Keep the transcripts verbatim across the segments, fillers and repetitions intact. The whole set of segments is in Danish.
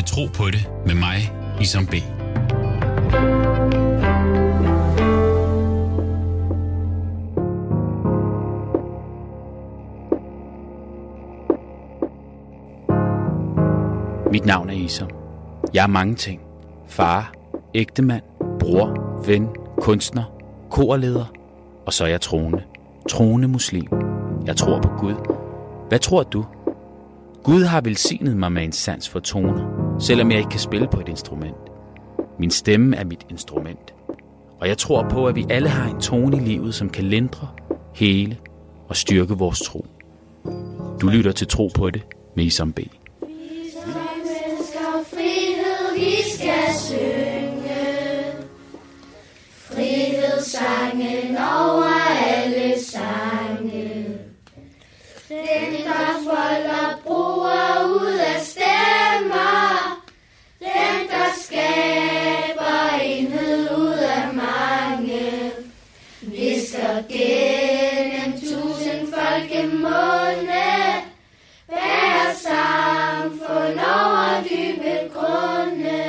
Tro på det med mig, Isam B. Mit navn er Isam. Jeg er mange ting. Far, ægtemand, bror, ven, kunstner, korleder, og så er jeg troende. Troende muslim. Jeg tror på Gud. Hvad tror du? Gud har velsignet mig med en sans for toner, selvom jeg ikke kan spille på et instrument. Min stemme er mit instrument. Og jeg tror på, at vi alle har en tone i livet, som kan lindre, hele og styrke vores tro. Du lytter til Tro på det med Isam B. Sangen over alle sange. Den, der folder broer ud af stemmer. Den, der skaber enhed ud af mange. Visker gennem tusind folkemunde. Bærer samfund over dybe grunde.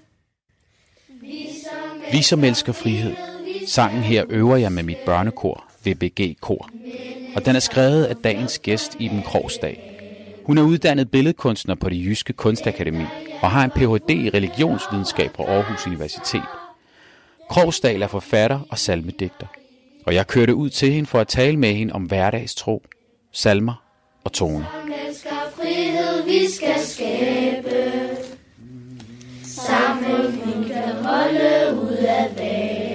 Vi som elsker frihed. Sangen her øver jeg med mit børnekor, V B G Kor. Og den er skrevet af dagens gæst, Iben Krogsdal. Hun er uddannet billedkunstner på Det Jyske Kunstakademi og har en P H D i religionsvidenskab fra Aarhus Universitet. Krogsdal er forfatter og salmedigter. Og jeg kørte ud til hende for at tale med hende om hverdagstro, salmer og toner. Vi elsker frihed, vi skal skabe. Sammen kan holde ud af vejr.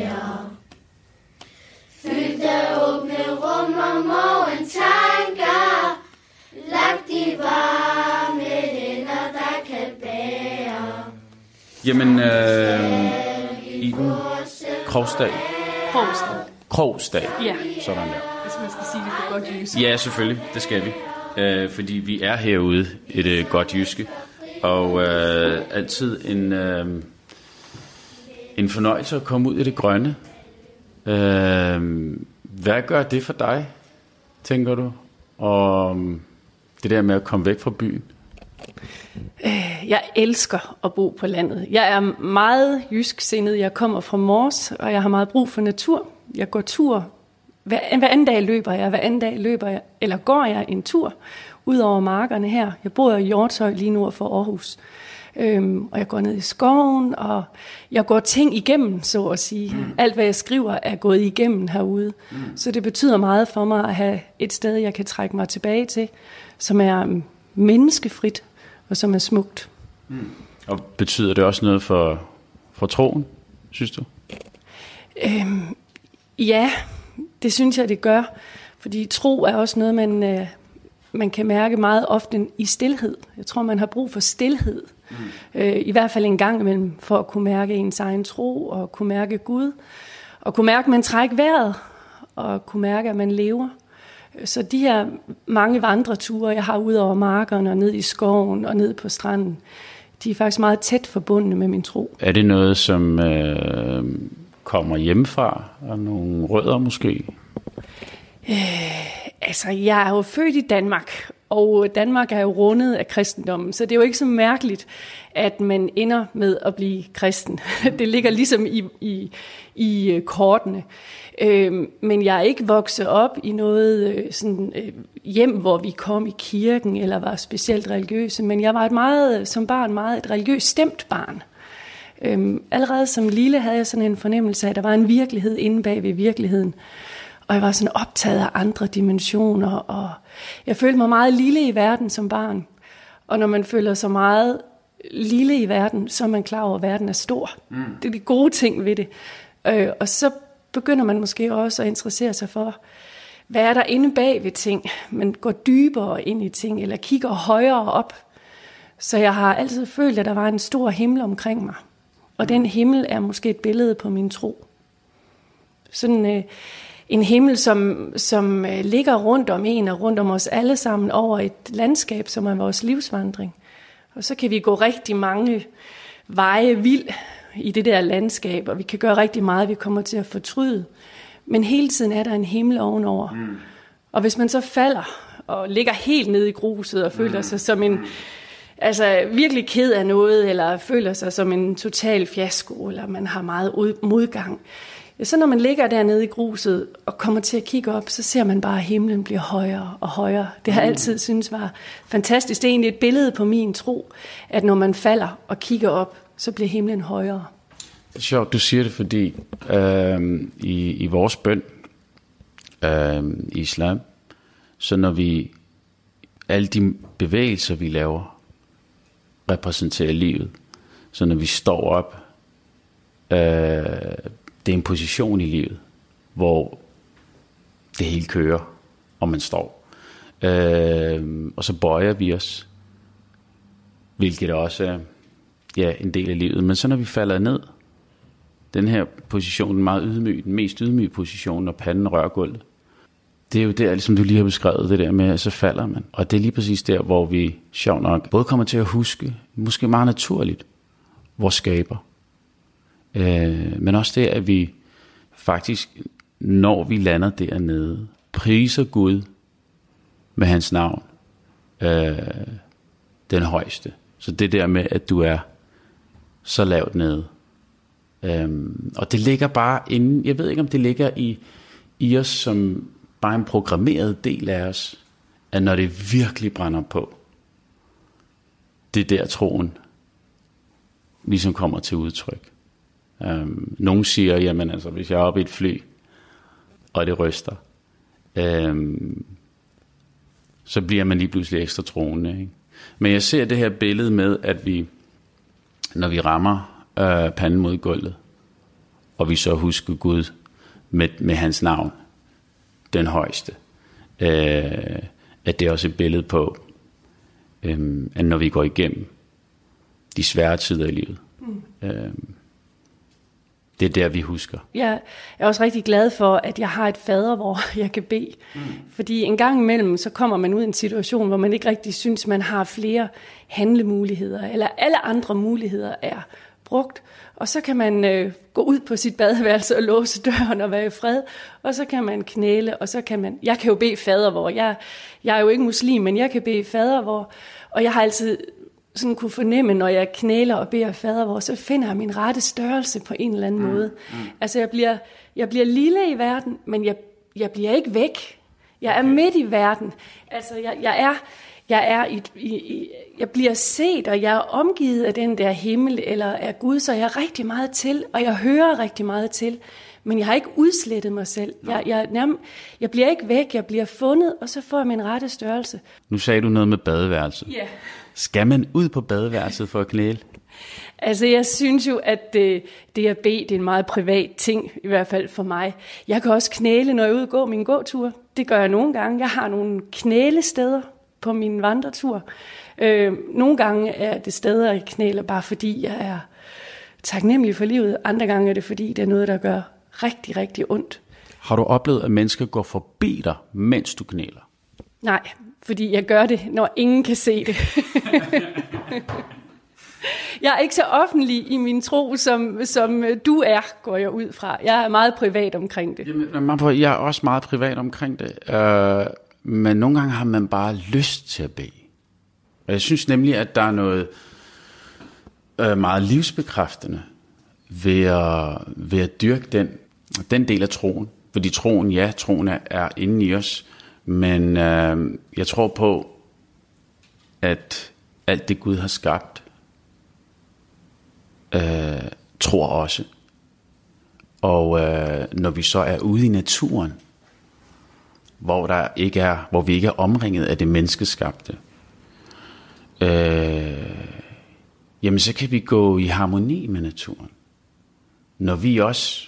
Fyldt af åbne rum og morgen tanker. Lagt i varme hænder, der kan bære. Jamen, øh, Iben Krogsdal. Krogsdal. Krogsdal. Ja. Sådan der. Hvis man skal sige det på godt jysk. Ja, selvfølgelig. Det skal vi. Øh, fordi vi er herude i det godt jyske. Og øh, altid en, øh, en fornøjelse at komme ud i det grønne. Øh, hvad gør det for dig, tænker du? Og det der med at komme væk fra byen? Jeg elsker at bo på landet. Jeg er meget jysksindet. Jeg kommer fra Mors, og jeg har meget brug for natur. Jeg går tur. Hver, hver anden dag løber jeg. Hver anden dag løber jeg, eller går jeg en tur ud over markerne her. Jeg bor i Hjortshøj lige nord for Aarhus. Øhm, og jeg går ned i skoven, og jeg går ting igennem, så at sige. Mm. Alt, hvad jeg skriver, er gået igennem herude. Mm. Så det betyder meget for mig at have et sted, jeg kan trække mig tilbage til, som er menneskefrit, og som er smukt. Mm. Og betyder det også noget for, for troen, synes du? Øhm, ja, det synes jeg, det gør. Fordi tro er også noget, man, øh, man kan mærke meget ofte i stilhed. Jeg tror, man har brug for stilhed. Mm. Øh, I hvert fald en gang imellem, for at kunne mærke ens egen tro, og kunne mærke Gud. Og kunne mærke, at man trækker vejret, og kunne mærke, at man lever. Så de her mange vandreture, jeg har ud over markerne, og ned i skoven, og ned på stranden, de er faktisk meget tæt forbundne med min tro. Er det noget, som øh, kommer hjemmefra, og nogle rødder måske? Øh, altså, jeg er jo født i Danmark, og Danmark er jo rundet af kristendommen, så det er jo ikke så mærkeligt, at man ender med at blive kristen. Det ligger ligesom i, i, i kortene. Øh, men jeg er ikke vokset op i noget øh, sådan, øh, hjem, hvor vi kom i kirken, eller var specielt religiøse, men jeg var et meget, som barn meget et religiøst stemt barn. Øh, allerede som lille havde jeg sådan en fornemmelse af, at der var en virkelighed inde bag ved virkeligheden. Og jeg var sådan optaget af andre dimensioner, og jeg følte mig meget lille i verden som barn. Og når man føler sig meget lille i verden, så er man klar over, at verden er stor. Mm. Det er de gode ting ved det. Øh, og så begynder man måske også at interessere sig for, hvad er der inde bag ved ting? Man går dybere ind i ting, eller kigger højere op. Så jeg har altid følt, at der var en stor himmel omkring mig. Og den himmel er måske et billede på min tro. Sådan øh, en himmel, som, som øh, ligger rundt om en og rundt om os alle sammen over et landskab, som er vores livsvandring. Og så kan vi gå rigtig mange veje vild i det der landskab, og vi kan gøre rigtig meget, vi kommer til at fortryde. Men hele tiden er der en himmel ovenover. Mm. Og hvis man så falder og ligger helt nede i gruset og føler mm. sig som en, altså virkelig ked af noget, eller føler sig som en total fiasko, eller man har meget modgang. Så når man ligger dernede i gruset og kommer til at kigge op, så ser man bare, at himlen bliver højere og højere. Det har jeg altid synes var fantastisk. Det er egentlig et billede på min tro, at når man falder og kigger op, så bliver himlen højere. Det er sjovt, du siger det, fordi øh, i, i vores bøn, øh, i islam, så når vi, alle de bevægelser, vi laver, repræsenterer livet. Så når vi står op, øh, det er en position i livet, hvor det hele kører, og man står. Øh, og så bøjer vi os, hvilket også er ja, en del af livet. Men så når vi falder ned, den her position, den meget ydmyg, den mest ydmyge position, når panden rører gulvet, det er jo der, ligesom du lige har beskrevet det der med, at så falder man. Og det er lige præcis der, hvor vi, sjovt nok, både kommer til at huske, måske meget naturligt, vores skaber. Øh, men også det, at vi faktisk, når vi lander dernede, priser Gud med hans navn, øh, den højeste. Så det der med, at du er så lavt nede. Øh, og det ligger bare inde, jeg ved ikke, om det ligger i, i os som bare en programmeret del af os, at når det virkelig brænder på, det der troen ligesom kommer til udtryk. Um, nogle siger, jamen altså, hvis jeg er oppe i et fly, og det ryster, um, så bliver man lige pludselig ekstra troende. Ikke? Men jeg ser det her billede med, at vi, når vi rammer uh, panden mod gulvet, og vi så husker Gud med, med hans navn, den højeste, uh, at det er også et billede på, um, at når vi går igennem de svære tider i livet, mm. um, det er der, vi husker. Jeg er også rigtig glad for, at jeg har et fader, hvor jeg kan bede. Mm. Fordi en gang imellem, så kommer man ud i en situation, hvor man ikke rigtig synes, man har flere handlemuligheder, eller alle andre muligheder er brugt. Og så kan man øh, gå ud på sit badeværelse og låse døren og være i fred. Og så kan man knæle, og så kan man... Jeg kan jo bede fader, hvor jeg, jeg er jo ikke muslim, men jeg kan bede fader, hvor... Og jeg har altid... sådan kunne fornemme, når jeg knæler og beder fader vor, så finder jeg min rette størrelse på en eller anden mm. måde. Mm. Altså jeg bliver, jeg bliver lille i verden, men jeg, jeg bliver ikke væk. Jeg er midt i verden. Altså jeg, jeg er, jeg er i, i, jeg bliver set, og jeg er omgivet af den der himmel eller af Gud, så jeg er rigtig meget til, og jeg hører rigtig meget til. Men jeg har ikke udslettet mig selv. Jeg, jeg, nærmest, jeg bliver ikke væk, jeg bliver fundet, og så får jeg min rette størrelse. Nu sagde du noget med badeværelset. Ja. Yeah. Skal man ud på badeværelset for at knæle? Altså jeg synes jo, at det, det at bede, det er en meget privat ting, i hvert fald for mig. Jeg kan også knæle, når jeg er ude og gå min gåtur. Det gør jeg nogle gange. Jeg har nogle knælesteder på min vandretur. Øh, nogle gange er det steder, jeg knæler, bare fordi jeg er taknemmelig for livet. Andre gange er det, fordi det er noget, der gør rigtig, rigtig ondt. Har du oplevet, at mennesker går forbi dig, mens du knæler? Nej, fordi jeg gør det, når ingen kan se det. Jeg er ikke så offentlig i min tro, som, som du er, går jeg ud fra. Jeg er meget privat omkring det. Jamen, jeg er også meget privat omkring det. Uh, men nogle gange har man bare lyst til at bede. Og jeg synes nemlig, at der er noget uh, meget livsbekræftende ved at, ved at dyrke den, den del af troen. Fordi troen, ja, troen er, er inde i os. Men uh, jeg tror på, at alt det Gud har skabt, Øh, tror også. Og øh, når vi så er ude i naturen, hvor der ikke er, hvor vi ikke er omringet af det menneskeskabte, øh, jamen så kan vi gå i harmoni med naturen. Når vi også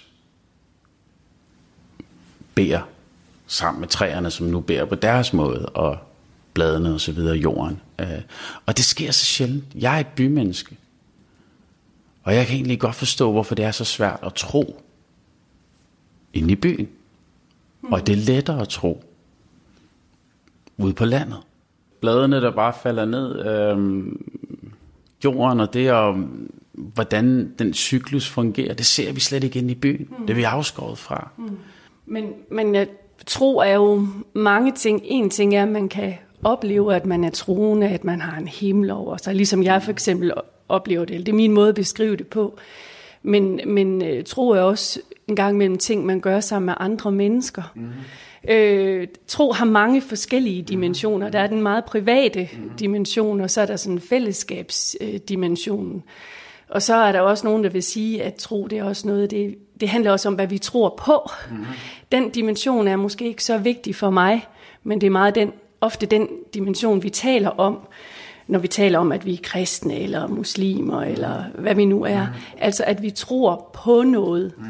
beder sammen med træerne, som nu beder på deres måde, og bladene og så videre, jorden. Øh, og det sker så sjældent. Jeg er et bymenneske. Og jeg kan egentlig godt forstå, hvorfor det er så svært at tro inde i byen. Mm. Og det er lettere at tro ude på landet. Bladene, der bare falder ned, øh, jorden og det, og hvordan den cyklus fungerer, det ser vi slet ikke inde i byen. Mm. Det er vi afskåret fra. Mm. Men, men jeg tror er jo mange ting. En ting er, at man kan oplever, at man er troende, at man har en himmel over sig, ligesom jeg for eksempel oplever det. Det er min måde at beskrive det på. Men, men tro er også en gang mellem ting, man gør sammen med andre mennesker. Mm-hmm. Øh, tro har mange forskellige dimensioner. Der er den meget private mm-hmm. dimension, og så er der sådan en fællesskabsdimensionen. Og så er der også nogen, der vil sige, at tro det er også noget, det, det handler også om, hvad vi tror på. Mm-hmm. Den dimension er måske ikke så vigtig for mig, men det er meget den, ofte den dimension, vi taler om, når vi taler om, at vi er kristne eller muslimer, eller hvad vi nu er. Mm. Altså, at vi tror på noget. Mm.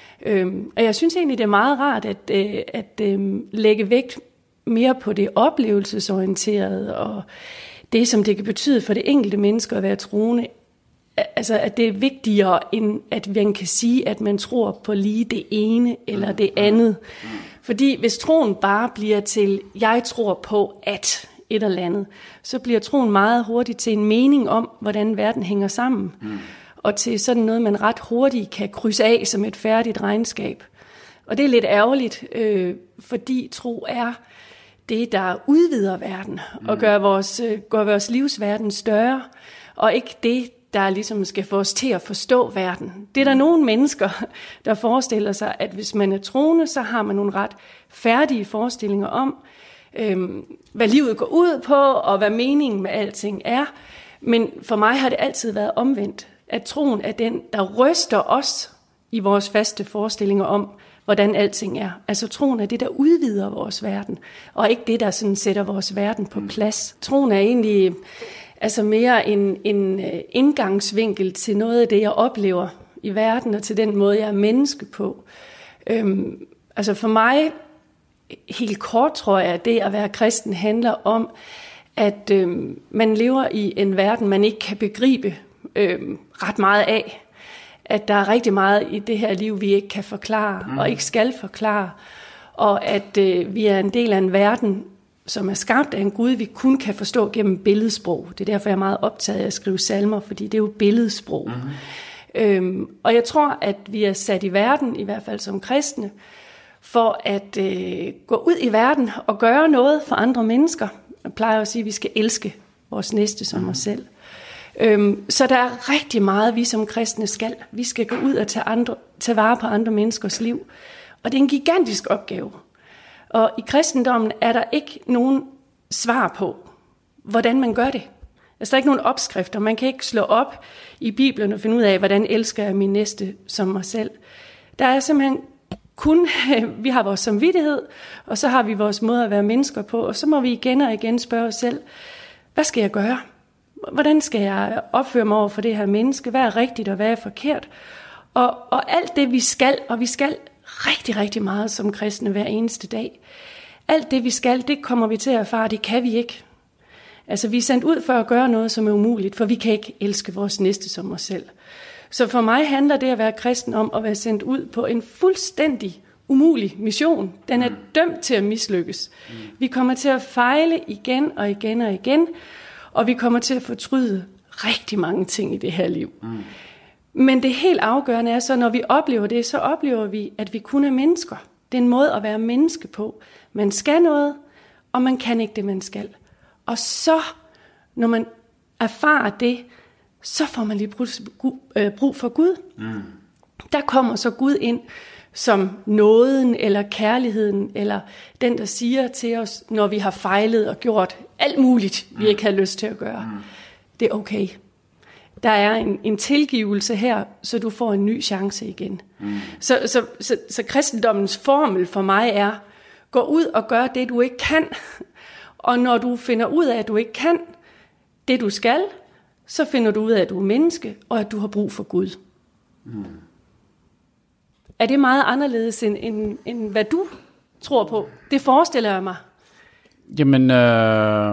Øhm, og jeg synes egentlig, det er meget rart at, øh, at øh, lægge vægt mere på det oplevelsesorienterede, og det, som det kan betyde for det enkelte menneske at være troende. Altså, at det er vigtigere, end at man kan sige, at man tror på lige det ene eller det andet. Mm. Fordi hvis troen bare bliver til, jeg tror på at et eller andet, så bliver troen meget hurtigt til en mening om, hvordan verden hænger sammen. Mm. Og til sådan noget, man ret hurtigt kan krydse af som et færdigt regnskab. Og det er lidt ærgerligt, øh, fordi tro er det, der udvider verden, mm. og gør vores, øh, gør vores livsverden større, og ikke det, der ligesom skal få os til at forstå verden. Det er der nogle mennesker, der forestiller sig, at hvis man er troende, så har man nogle ret færdige forestillinger om, øhm, hvad livet går ud på, og hvad meningen med alting er. Men for mig har det altid været omvendt, at troen er den, der ryster os i vores faste forestillinger om, hvordan alting er. Altså troen er det, der udvider vores verden, og ikke det, der sådan sætter vores verden på plads. Troen er egentlig altså mere en, en indgangsvinkel til noget af det, jeg oplever i verden, og til den måde, jeg er menneske på. Øhm, altså for mig, helt kort tror jeg, at det at være kristen handler om, at øhm, man lever i en verden, man ikke kan begribe øhm, ret meget af. At der er rigtig meget i det her liv, vi ikke kan forklare, mm. og ikke skal forklare. Og at øh, vi er en del af en verden, som er skabt af en Gud, vi kun kan forstå gennem billedsprog. Det er derfor, jeg er meget optaget af at skrive salmer, fordi det er jo billedsprog. Mm-hmm. Øhm, og jeg tror, at vi er sat i verden, i hvert fald som kristne, for at øh, gå ud i verden og gøre noget for andre mennesker. Jeg plejer at sige, at vi skal elske vores næste som mm-hmm. os selv. Øhm, så der er rigtig meget, vi som kristne skal. Vi skal gå ud og tage, andre, tage vare på andre menneskers liv. Og det er en gigantisk opgave. Og i kristendommen er der ikke nogen svar på, hvordan man gør det. Altså, der er ikke nogen opskrifter. Man kan ikke slå op i Bibelen og finde ud af, hvordan elsker jeg min næste som mig selv. Der er simpelthen kun, vi har vores samvittighed, og så har vi vores måde at være mennesker på, og så må vi igen og igen spørge os selv, hvad skal jeg gøre? Hvordan skal jeg opføre mig over for det her menneske? Hvad er rigtigt, og hvad er forkert? Og, og alt det, vi skal, og vi skal rigtig, rigtig meget som kristne hver eneste dag. Alt det, vi skal, det kommer vi til at erfare, det kan vi ikke. Altså, vi er sendt ud for at gøre noget, som er umuligt, for vi kan ikke elske vores næste som os selv. Så for mig handler det at være kristen om at være sendt ud på en fuldstændig umulig mission. Den er dømt til at mislykkes. Vi kommer til at fejle igen og igen og igen, og vi kommer til at fortryde rigtig mange ting i det her liv. Men det helt afgørende er så, når vi oplever det, så oplever vi, at vi kun er mennesker. Det er en måde at være menneske på. Man skal noget, og man kan ikke det, man skal. Og så, når man erfarer det, så får man lige brug for Gud. Mm. Der kommer så Gud ind som nåden eller kærligheden, eller den, der siger til os, når vi har fejlet og gjort alt muligt, vi ikke har lyst til at gøre. Mm. Det er okay. Der er en, en tilgivelse her, så du får en ny chance igen. Mm. Så, så, så, så kristendommens formel for mig er, gå ud og gør det, du ikke kan. Og når du finder ud af, at du ikke kan det, du skal, så finder du ud af, at du er menneske, og at du har brug for Gud. Mm. Er det meget anderledes, end, end, end hvad du tror på? Det forestiller jeg mig. Jamen, øh,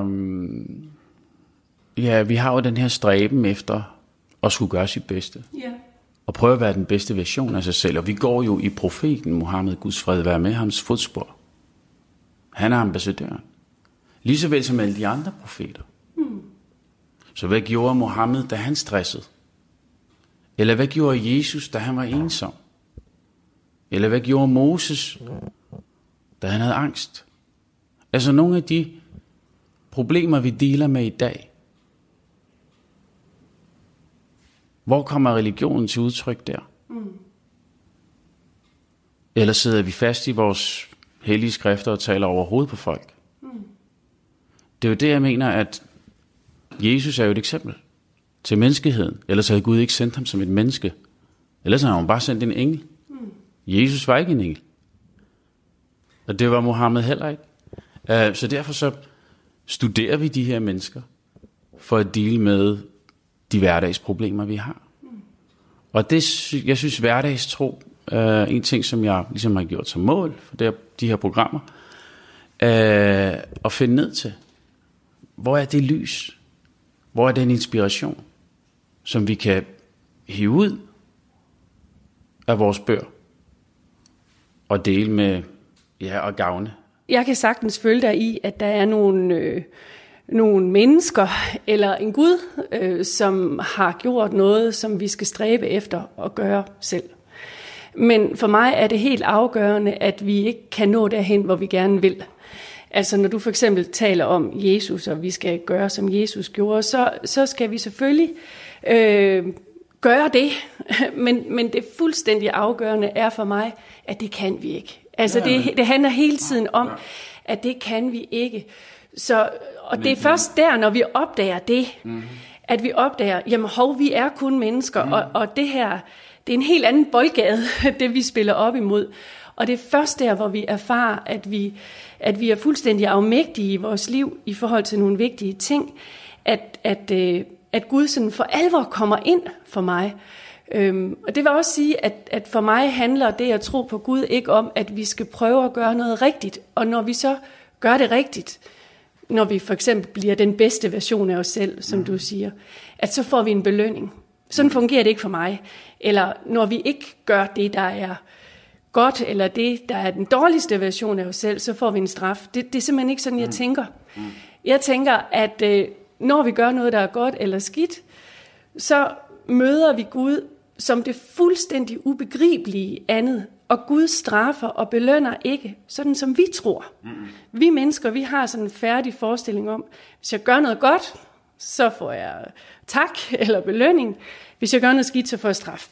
ja, vi har jo den her stræben efter at skulle gøre sit bedste. Yeah. Og prøve at være den bedste version af sig selv. Og vi går jo i profeten Muhammed, Guds fred være med hans fodspor. Han er ambassadøren. Lige så vel som alle de andre profeter. Hmm. Så hvad gjorde Muhammed, da han stressede? Eller hvad gjorde Jesus, da han var ensom? Eller hvad gjorde Moses, da han havde angst? Altså nogle af de problemer, vi dealer med i dag, hvor kommer religionen til udtryk der? Mm. Eller sidder vi fast i vores hellige skrifter og taler overhovedet på folk? Mm. Det er jo det, jeg mener, at Jesus er jo et eksempel til menneskeheden. Ellers havde Gud ikke sendt ham som et menneske. Ellers havde han bare sendt en engel. Mm. Jesus var ikke en engel. Og det var Mohammed heller ikke. Uh, så derfor så studerer vi de her mennesker for at deale med de hverdagsproblemer, vi har. Mm. Og det, jeg synes, hverdagstro er uh, en ting, som jeg ligesom har gjort som mål for det, de her programmer, uh, at finde ned til. Hvor er det lys? Hvor er den inspiration, som vi kan hive ud af vores bøger og dele med ja, og gavne? Jeg kan sagtens følge dig i, at der er nogle, øh, nogle mennesker eller en Gud, øh, som har gjort noget, som vi skal stræbe efter at gøre selv. Men for mig er det helt afgørende, at vi ikke kan nå derhen, hvor vi gerne vil. Altså når du for eksempel taler om Jesus, og vi skal gøre, som Jesus gjorde, så, så skal vi selvfølgelig øh, gøre det. Men, men det fuldstændig afgørende er for mig, at det kan vi ikke. Altså det, det handler hele tiden om, at det kan vi ikke. Så, og det er først der, når vi opdager det, mm-hmm. at vi opdager, jamen hov, vi er kun mennesker, mm. og, og det her, det er en helt anden boldgade, det vi spiller op imod. Og det er først der, hvor vi erfarer, at vi, at vi er fuldstændig afmægtige i vores liv i forhold til nogle vigtige ting, at, at, at Gud sådan for alvor kommer ind for mig. Øhm, og det vil også sige, at, at for mig handler det at tro på Gud ikke om, at vi skal prøve at gøre noget rigtigt. Og når vi så gør det rigtigt, når vi for eksempel bliver den bedste version af os selv, som mm. du siger, at så får vi en belønning. Sådan fungerer det ikke for mig. Eller når vi ikke gør det, der er godt, eller det, der er den dårligste version af os selv, så får vi en straf. Det, det er simpelthen ikke sådan, jeg tænker. Jeg tænker, at øh, når vi gør noget, der er godt eller skidt, så møder vi Gud som det fuldstændig ubegribelige andet. Og Gud straffer og belønner ikke, sådan som vi tror. Vi mennesker, vi har sådan en færdig forestilling om, hvis jeg gør noget godt, så får jeg tak eller belønning. Hvis jeg gør noget skidt, så får jeg straf.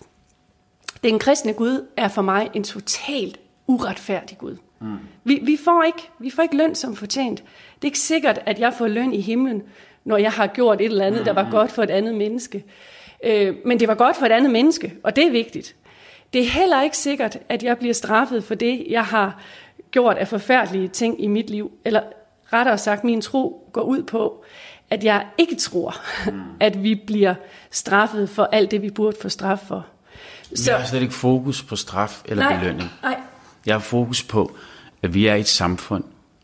Den kristne Gud er for mig en totalt uretfærdig Gud. Mm. Vi, vi, får ikke, vi får ikke løn som fortjent. Det er ikke sikkert, at jeg får løn i himlen, når jeg har gjort et eller andet, mm. der var godt for et andet menneske. Øh, men det var godt for et andet menneske, og det er vigtigt. Det er heller ikke sikkert, at jeg bliver straffet for det, jeg har gjort af forfærdelige ting i mit liv. Eller rettere sagt, min tro går ud på, at jeg ikke tror, mm. at vi bliver straffet for alt det, vi burde få straf for. Så jeg har slet ikke fokus på straf eller nej, belønning. Nej. Jeg har fokus på, at vi er i et samfund,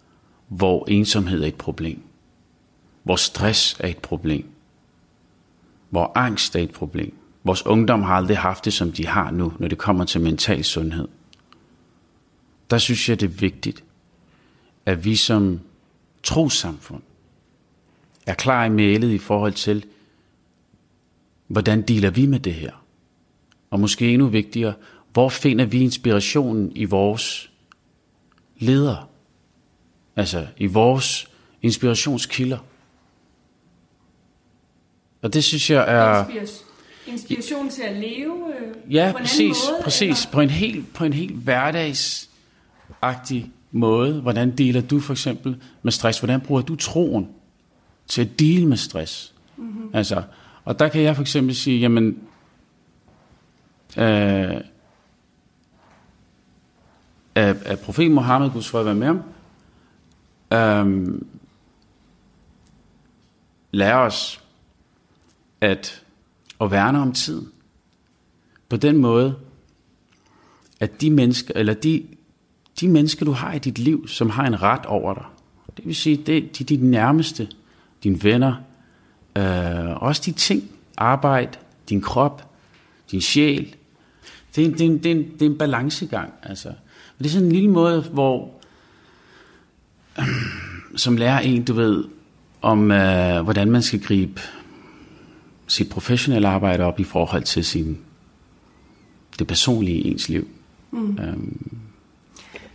hvor ensomhed er et problem. Hvor stress er et problem. Hvor angst er et problem. Vores ungdom har aldrig haft det, som de har nu, når det kommer til mental sundhed. Der synes jeg, det er vigtigt, at vi som trossamfund er klar i mailet i forhold til, hvordan dealer vi med det her? Og måske endnu vigtigere, hvor finder vi inspirationen i vores ledere? Altså i vores inspirationskilder. Og det synes jeg er... Inspiration til at leve øh, ja, på en præcis, anden måde? præcis. På en helt på en helt hverdagsagtig måde. Hvordan dealer du for eksempel med stress? Hvordan bruger du troen til at deale med stress? Mm-hmm. Altså, og der kan jeg for eksempel sige, jamen, øh, at, at profeten Mohammed, Guds fred være med ham, øh, lærer os at, at værne om tiden. På den måde, at de mennesker, eller de, de mennesker, du har i dit liv, som har en ret over dig, det vil sige, det er de, de nærmeste, dine venner, øh, også de ting, arbejde, din krop, din sjæl. Det er en, det er en, det er en, det er en balancegang. Altså. Det er sådan en lille måde, hvor øh, som lærer en, du ved, om øh, hvordan man skal gribe sit professionelle arbejde op i forhold til sin, det personlige i ens liv. Mm. Øhm.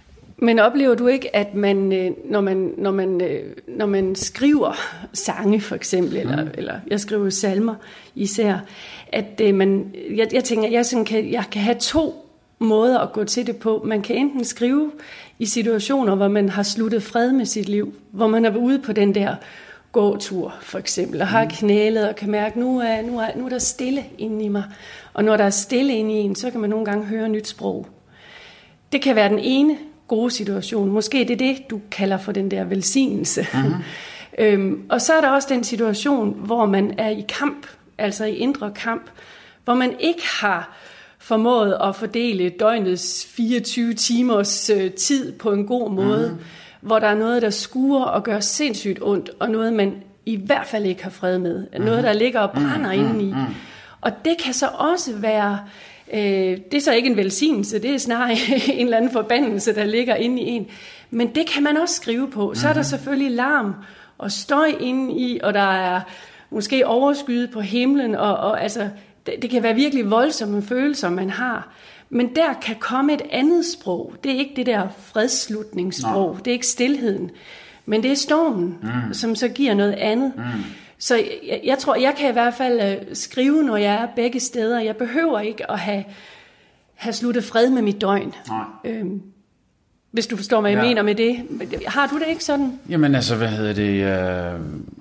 Men oplever du ikke, at man, når man, når man, når man skriver sange for eksempel, eller, mm. eller jeg skriver salmer især, at man, jeg, jeg tænker, jeg, sådan kan, jeg kan have to måder at gå til det på. Man kan enten skrive i situationer, hvor man har sluttet fred med sit liv, hvor man er ude på den der gåtur for eksempel, og har knælet og kan mærke, nu er, nu er, nu er der stille inde i mig. Og når der er stille inde i en, så kan man nogle gange høre nyt sprog. Det kan være den ene gode situation. Måske det er det, du kalder for den der velsignelse. Mm-hmm. øhm, og så er der også den situation, hvor man er i kamp, altså i indre kamp, hvor man ikke har formået at fordele døgnets fireogtyve timers øh, tid på en god måde, mm-hmm. hvor der er noget, der skuer og gør sindssygt ondt, og noget, man i hvert fald ikke har fred med. Mm-hmm. Noget, der ligger og brænder mm-hmm. indeni. Mm-hmm. Og det kan så også være, øh, det er så ikke en velsignelse, det er snarere en eller anden forbandelse, der ligger inde i en. Men det kan man også skrive på. Så er der selvfølgelig larm og støj inde i, og der er måske overskyet på himlen, og, og altså, det, det kan være virkelig voldsomme følelser, man har. Men der kan komme et andet sprog. Det er ikke det der fredsslutningssprog, no. Det er ikke stilheden, men det er stormen, mm. som så giver noget andet. Mm. Så jeg, jeg tror, jeg kan i hvert fald øh, skrive, når jeg er begge steder. Jeg behøver ikke at have, have sluttet fred med mit døgn. Øhm, hvis du forstår, hvad jeg ja. mener med det. Har du det ikke sådan? Jamen altså, hvad hedder det? Øh,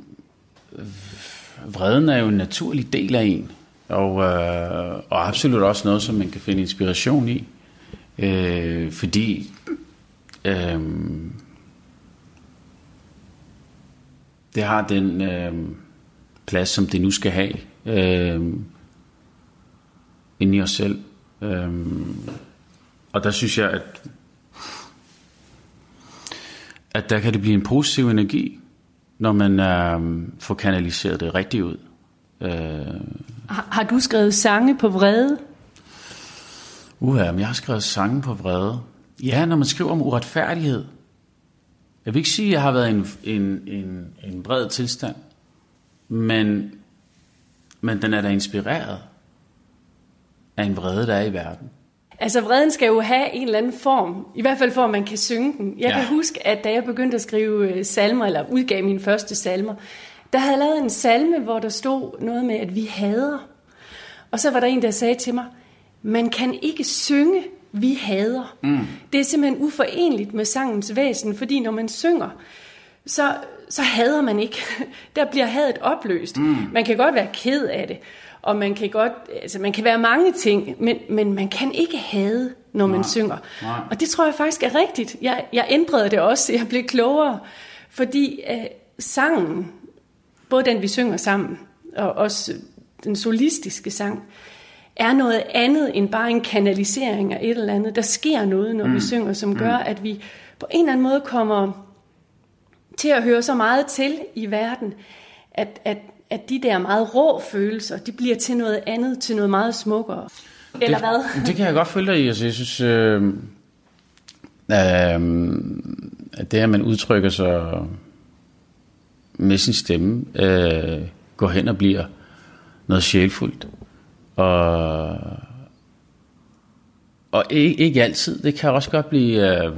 vreden er jo en naturlig del af en. Og, øh, og absolut også noget, som man kan finde inspiration i. Øh, fordi... Øh, det har den... Øh, plads, som det nu skal have øh, inde i os selv. Øh, og der synes jeg, at, at der kan det blive en positiv energi, når man øh, får kanaliseret det rigtigt ud. Øh, har, har du skrevet sange på vrede? Uha, men jeg har skrevet sange på vrede. Ja, når man skriver om uretfærdighed. Jeg vil ikke sige, at jeg har været en, en, en, en bred tilstand. Men, men den er da inspireret af en vrede, der er i verden. Altså vreden skal jo have en eller anden form, i hvert fald for at man kan synge den. Jeg ja. kan huske, at da jeg begyndte at skrive salmer, eller udgav mine første salmer, der havde jeg lavet en salme, hvor der stod noget med, at vi hader. Og så var der en, der sagde til mig, man kan ikke synge, vi hader. Mm. Det er simpelthen uforenligt med sangens væsen, fordi når man synger, så... så hader man ikke. Der bliver hadet opløst. Mm. Man kan godt være ked af det, og man kan godt, altså man kan være mange ting, men, men man kan ikke hade, når man Nej. synger. Nej. Og det tror jeg faktisk er rigtigt. Jeg, jeg ændrede det også, jeg blev klogere, fordi øh, sangen, både den vi synger sammen, og også den solistiske sang, er noget andet end bare en kanalisering af et eller andet. Der sker noget, når mm. vi synger, som gør, at vi på en eller anden måde kommer til at høre så meget til i verden, at, at, at de der meget rå følelser, de bliver til noget andet, til noget meget smukkere. Eller det, hvad? Det kan jeg godt følge dig i. Altså, jeg synes, øh, øh, at det, at man udtrykker sig med sin stemme, øh, går hen og bliver noget sjælfuldt. Og, og ikke, ikke altid. Det kan også godt blive... Øh,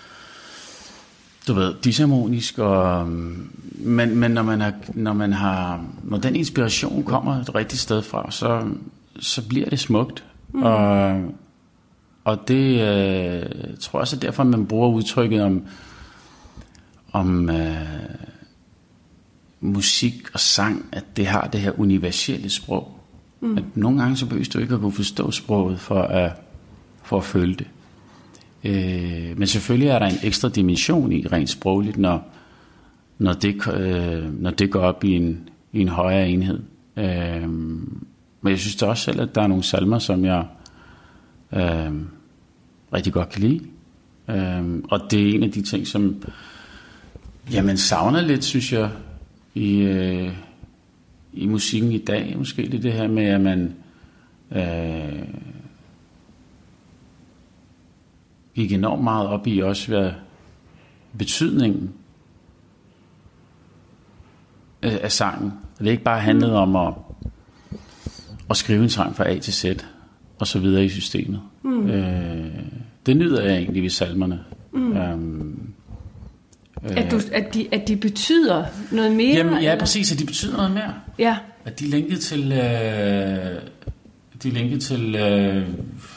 du ved, disharmonisk, og, men, men når man har, når man har, når den inspiration kommer et rigtigt sted fra, så, så bliver det smukt. Mm. Og, og det øh, tror jeg også er derfor, man bruger udtrykket om, om øh, musik og sang, at det har det her universelle sprog. Mm. At nogle gange så behøver du ikke at kunne forstå sproget for at, for at føle det. Øh, men selvfølgelig er der en ekstra dimension i rent sprogligt, når, når, det, øh, når det går op i en, i en højere enhed. Øh, men jeg synes da også selv, at der er nogle salmer, som jeg øh, rigtig godt kan lide. Øh, og det er en af de ting, som ja, man savner lidt, synes jeg, i, øh, i musikken i dag. Måske det, det her med, at man øh, gik enormt meget op i også, hvad betydningen af, af sangen. Det ikke bare handlede om at, at skrive en sang fra A til Z, og så videre i systemet. Mm. Øh, det nyder jeg egentlig ved salmerne. Mm. Øhm, at, du, at, de, at de betyder noget mere? Jamen, ja, eller? Præcis, at de betyder noget mere. Ja. At de er linket til... Øh, de er linket til... Øh,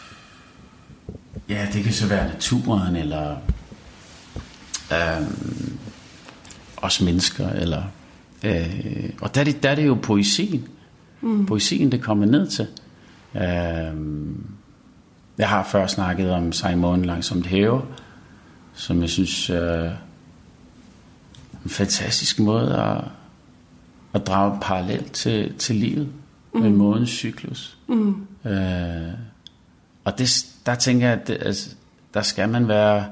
ja, det kan så være naturen, eller... Øh, os mennesker, eller... Øh, og der er, det, der er det jo poesien. Mm. Poesien, det kommer ned til. Øh, jeg har før snakket om Simon Langsomt Hæve, som jeg synes er øh, en fantastisk måde at, at drage parallelt til, til livet, mm. med mådens cyklus. Mm. Øh, og det, der tænker jeg, at det, altså, der skal man være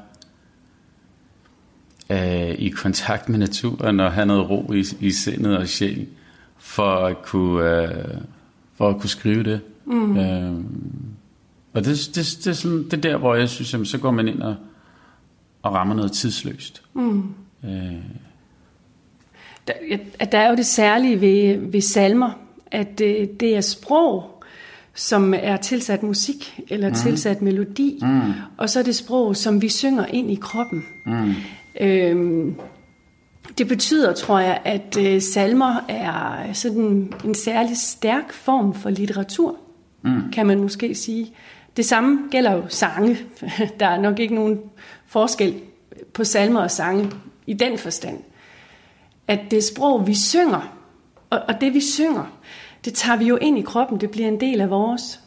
øh, i kontakt med naturen og have noget ro i, i sindet og sjælen, for at kunne, øh, for at kunne skrive det. Mm. Øh, og det, det, det, det, er sådan, det er der, hvor jeg synes, jamen, så går man ind og, og rammer noget tidsløst. Mm. Øh. Der, at der er jo det særlige ved, ved salmer, at det, det er sprog, som er tilsat musik eller mm. tilsat melodi, mm. og så er det sprog, som vi synger ind i kroppen. Mm. Øhm, det betyder, tror jeg, at øh, salmer er sådan en særlig stærk form for litteratur, mm. kan man måske sige. Det samme gælder jo sange. Der er nok ikke nogen forskel på salmer og sange i den forstand. At det sprog, vi synger, og, og det vi synger, det tager vi jo ind i kroppen, det bliver en del af vores.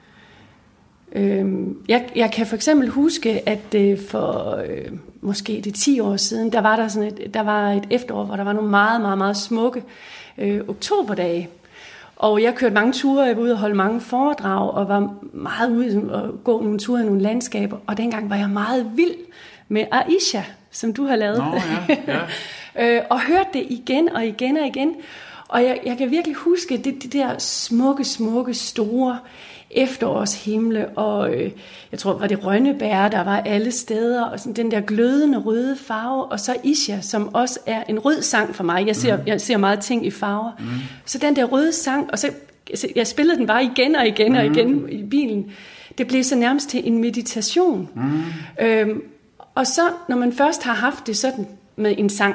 Øhm, jeg, jeg kan for eksempel huske, at øh, for øh, måske det ti år siden, der var der sådan et, der var et efterår, hvor der var nogle meget, meget, meget smukke øh, oktoberdage. Og jeg kørte mange ture, jeg var ude og holde mange foredrag, og var meget ude og gå nogle ture i nogle landskaber. Og dengang var jeg meget vild med Aisha, som du har lavet. Nå, ja, ja. øh, og hørte det igen og igen og igen. Og jeg, jeg kan virkelig huske det, det der smukke, smukke, store efterårshimle, og øh, jeg tror, var det Rønnebær, der var alle steder, og sådan den der glødende røde farve, og så Isha, som også er en rød sang for mig. Jeg ser, mm. jeg ser meget ting i farver. Mm. Så den der røde sang, og så jeg spillede den bare igen og igen mm. og igen i bilen. Det blev så nærmest til en meditation. Mm. Øhm, og så, når man først har haft det sådan med en sang,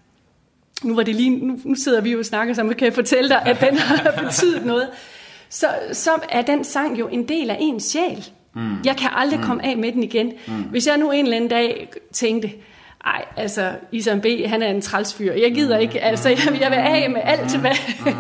nu var det lige, nu, nu sidder vi jo og snakker sammen, kan jeg fortælle dig, at den har betydet noget. Så, så er den sang jo en del af ens sjæl. Mm. Jeg kan aldrig mm. komme af med den igen. Mm. Hvis jeg nu en eller anden dag tænkte, ej, altså, Isam B., han er en trælsfyr, jeg gider ikke, altså, jeg, jeg vil af med alt, hvad...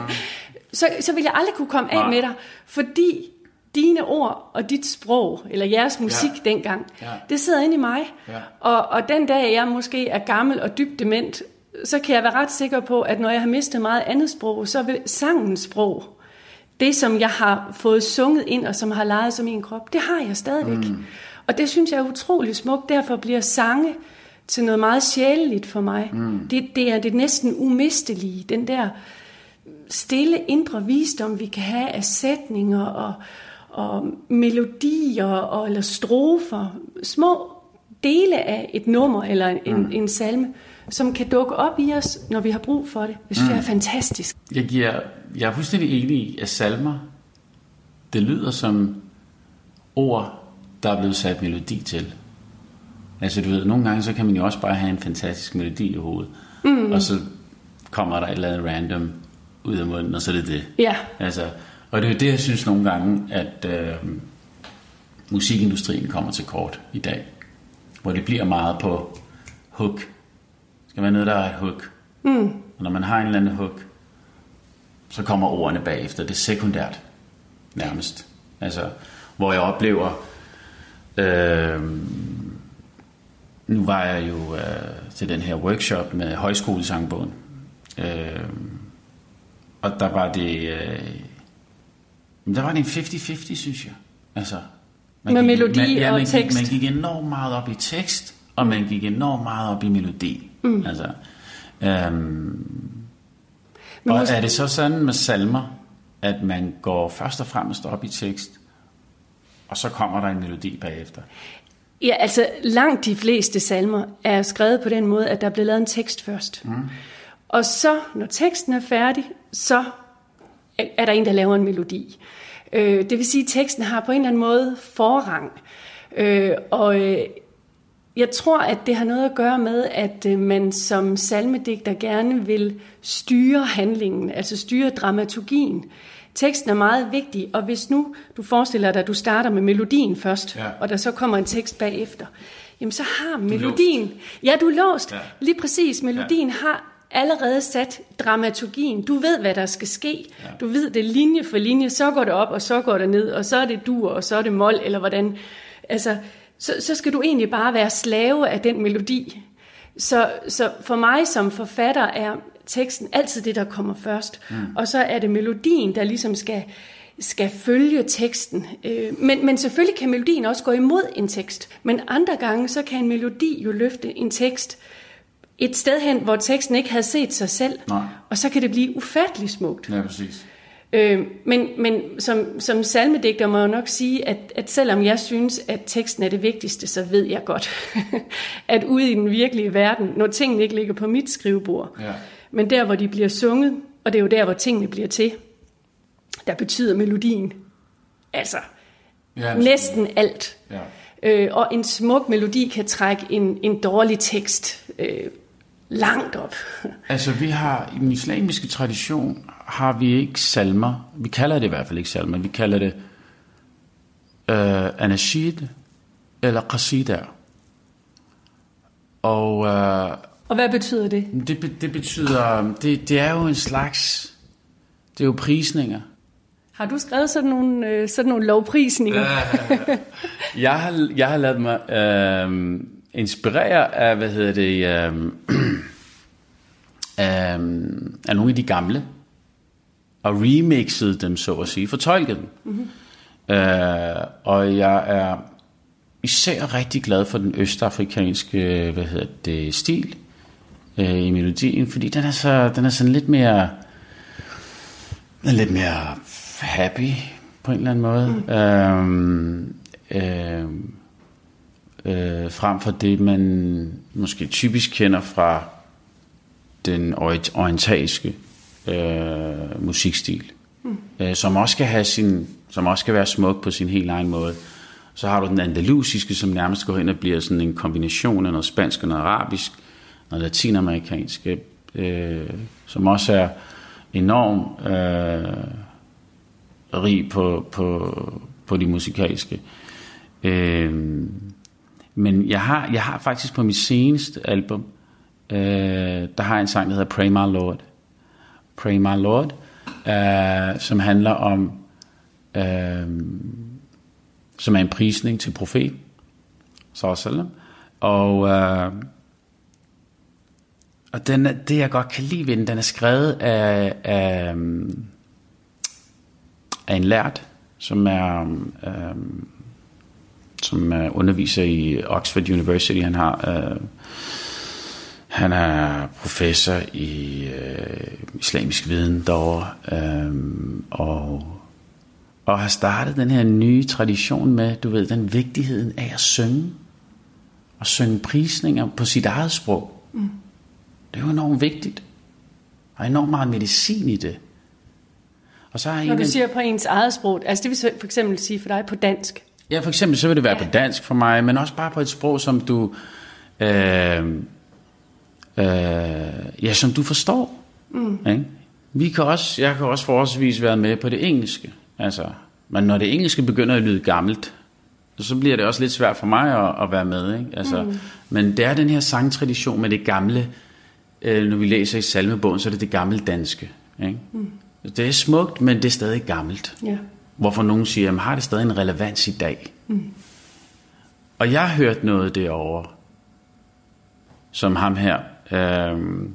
så, så vil jeg aldrig kunne komme af med dig, fordi dine ord og dit sprog, eller jeres musik ja. dengang, ja. det sidder inde i mig. Ja. Og, og den dag, jeg måske er gammel og dybt dement, så kan jeg være ret sikker på, at når jeg har mistet meget andet sprog, så vil sangens sprog, det som jeg har fået sunget ind, og som har leget som min krop, det har jeg stadigvæk. Mm. Og det synes jeg er utrolig smukt. Derfor bliver sange til noget meget sjæleligt for mig. Mm. Det, det er det næsten umistelige. Den der stille indre visdom, vi kan have af sætninger og, og melodier og, eller strofer. Små dele af et nummer eller en, mm. en salme, som kan dukke op i os, når vi har brug for det. Det synes mm. jeg er fantastisk. Jeg, giver, jeg er fuldstændig enig i, at salmer, det lyder som ord, der er blevet sat melodi til. Altså du ved, nogle gange så kan man jo også bare have en fantastisk melodi i hovedet, mm. og så kommer der et eller andet random ud af munden, og så er det det. Ja. Altså, og det er jo det, jeg synes nogle gange, at øh, musikindustrien kommer til kort i dag, hvor det bliver meget på hook. Det skal være noget, der er et hook. Mm. Og når man har en eller anden hook, så kommer ordene bagefter. Det er sekundært, nærmest. Altså, hvor jeg oplever... Øh, nu var jeg jo øh, til den her workshop med højskolesangbogen. Øh, og der var det... Øh, der var det en halvtreds halvtreds, synes jeg. Altså, med gik, melodi man, ja, og man tekst. Gik, man gik enormt meget op i tekst, og man gik enormt meget op i melodi. Mm. Altså, øhm, og er det så sådan med salmer, at man går først og fremmest op i tekst, og så kommer der en melodi bagefter? Ja, altså langt de fleste salmer er skrevet på den måde, at der bliver lavet en tekst først. Mm. Og så, når teksten er færdig, så er der en, der laver en melodi. Øh, det vil sige, at teksten har på en eller anden måde forrang. Øh, og øh, Jeg tror, at det har noget at gøre med, at man som salmedigter gerne vil styre handlingen, altså styre dramaturgien. Teksten er meget vigtig, og hvis nu du forestiller dig, at du starter med melodien først, ja. og der så kommer en tekst bagefter, jamen så har melodien... Ja, du er låst. Ja. Lige præcis. Melodien ja. har allerede sat dramaturgien. Du ved, hvad der skal ske. Ja. Du ved det linje for linje. Så går det op, og så går det ned, og så er det dur, og så er det mol, eller hvordan... Altså, så, så skal du egentlig bare være slave af den melodi. Så, så for mig som forfatter er teksten altid det, der kommer først. Mm. Og så er det melodien, der ligesom skal, skal følge teksten. Men, men selvfølgelig kan melodien også gå imod en tekst. Men andre gange, så kan en melodi jo løfte en tekst et sted hen, hvor teksten ikke havde set sig selv. Nej. Og så kan det blive ufatteligt smukt. Ja, præcis. Øh, men men som, som salmedigter må jeg nok sige, at, at selvom jeg synes, at teksten er det vigtigste, så ved jeg godt, at ude i den virkelige verden, når tingene ikke ligger på mit skrivebord, ja. men der, hvor de bliver sunget, og det er jo der, hvor tingene bliver til, der betyder melodien altså ja, næsten alt. Ja. Øh, og en smuk melodi kan trække en, en dårlig tekst øh, langt op. Altså vi har i den islamiske tradition har vi ikke salmer. Vi kalder det i hvert fald ikke salmer. Vi kalder det øh, anashid eller qasidaer. Og øh, og hvad betyder det? Det, det betyder det, det er jo en slags det er jo prisninger. Har du skrevet sådan nogle øh, sådan nogle lovprisninger? jeg har jeg har ladet mig øh, inspirere af hvad hedder det øh, øh, af nogle af de gamle. Og remixede dem, så at sige, fortolkede dem. Mm-hmm. Øh, og jeg er især rigtig glad for den østafrikanske, hvad hedder det, stil øh, i melodien, fordi den er så, den er sådan lidt mere, den er lidt mere happy på en eller anden måde. Mm. Øh, øh, øh, frem for det, man måske typisk kender fra den orientalske Øh, musikstil, mm. øh, som også skal have sin, som også skal være smuk på sin helt egen måde. Så har du den andalusiske, som nærmest går hen og bliver sådan en kombination af noget spansk og noget arabisk, noget latinamerikansk, øh, som også er enormt øh, rig på, på, på de musikalske. Øh, men jeg har, jeg har faktisk på mit seneste album, øh, der har jeg en sang, der hedder Pray My Lord. Pray My Lord, øh, som handler om, øh, som er en prisning til profet, sallam, og øh, og den er, det jeg godt kan lide ved den, den er skrevet af, af, af en lært, som er øh, som er underviser i Oxford University. Han har øh, Han er professor i øh, islamisk viden derovre, øh, og, og har startet den her nye tradition med, du ved, den vigtigheden af at synge, og synge prisninger på sit eget sprog. Mm. Det er jo enormt vigtigt, og enormt meget medicin i det. Og så har Når en du siger på ens eget sprog, altså det vil for eksempel sige for dig på dansk? Ja, for eksempel så vil det være ja. på dansk for mig, men også bare på et sprog, som du... Øh, Øh, ja, som du forstår. Mm. Ikke? Vi kan også, jeg kan også forholdsvis være med på det engelske. Altså, men når det engelske begynder at lyde gammelt, så bliver det også lidt svært for mig at, at være med. Ikke? Altså, mm. Men det er den her sangtradition med det gamle. Øh, når vi læser i salmebogen, så er det det gamle danske. Ikke? Mm. Det er smukt, men det er stadig gammelt. Yeah. Hvorfor nogen siger, jamen, har det stadig en relevans i dag? Mm. Og jeg har hørt noget derovre, som ham her. Øhm,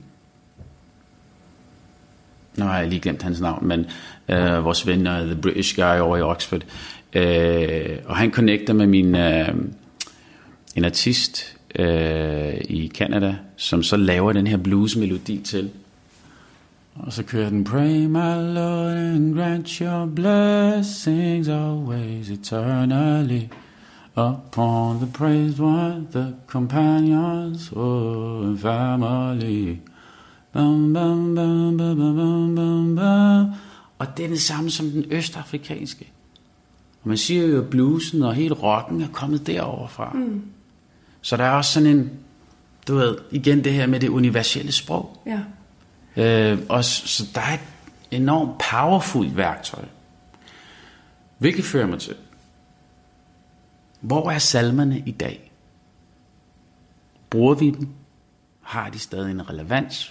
nu har jeg lige glemt hans navn, men øh, vores ven uh, The British Guy over i Oxford, øh, og han connecter med min øh, en artist øh, i Canada, som så laver den her blues-melodi til, og så kører den Pray my Lord and grant your blessings always eternally upon the praised one, the companions, oh, and family. Bum, bum, bum, bum, bum, bum, bum. Og det er det samme som den østafrikanske. Og man siger jo, at bluesen og hele rocken er kommet derover fra. Mm. Så der er også sådan en, du ved, igen det her med det universelle sprog. Ja. Øh, og så der er et enormt powerful værktøj. Hvilket fører mig til, hvor er salmerne i dag? Bruger vi dem? Har de stadig en relevans?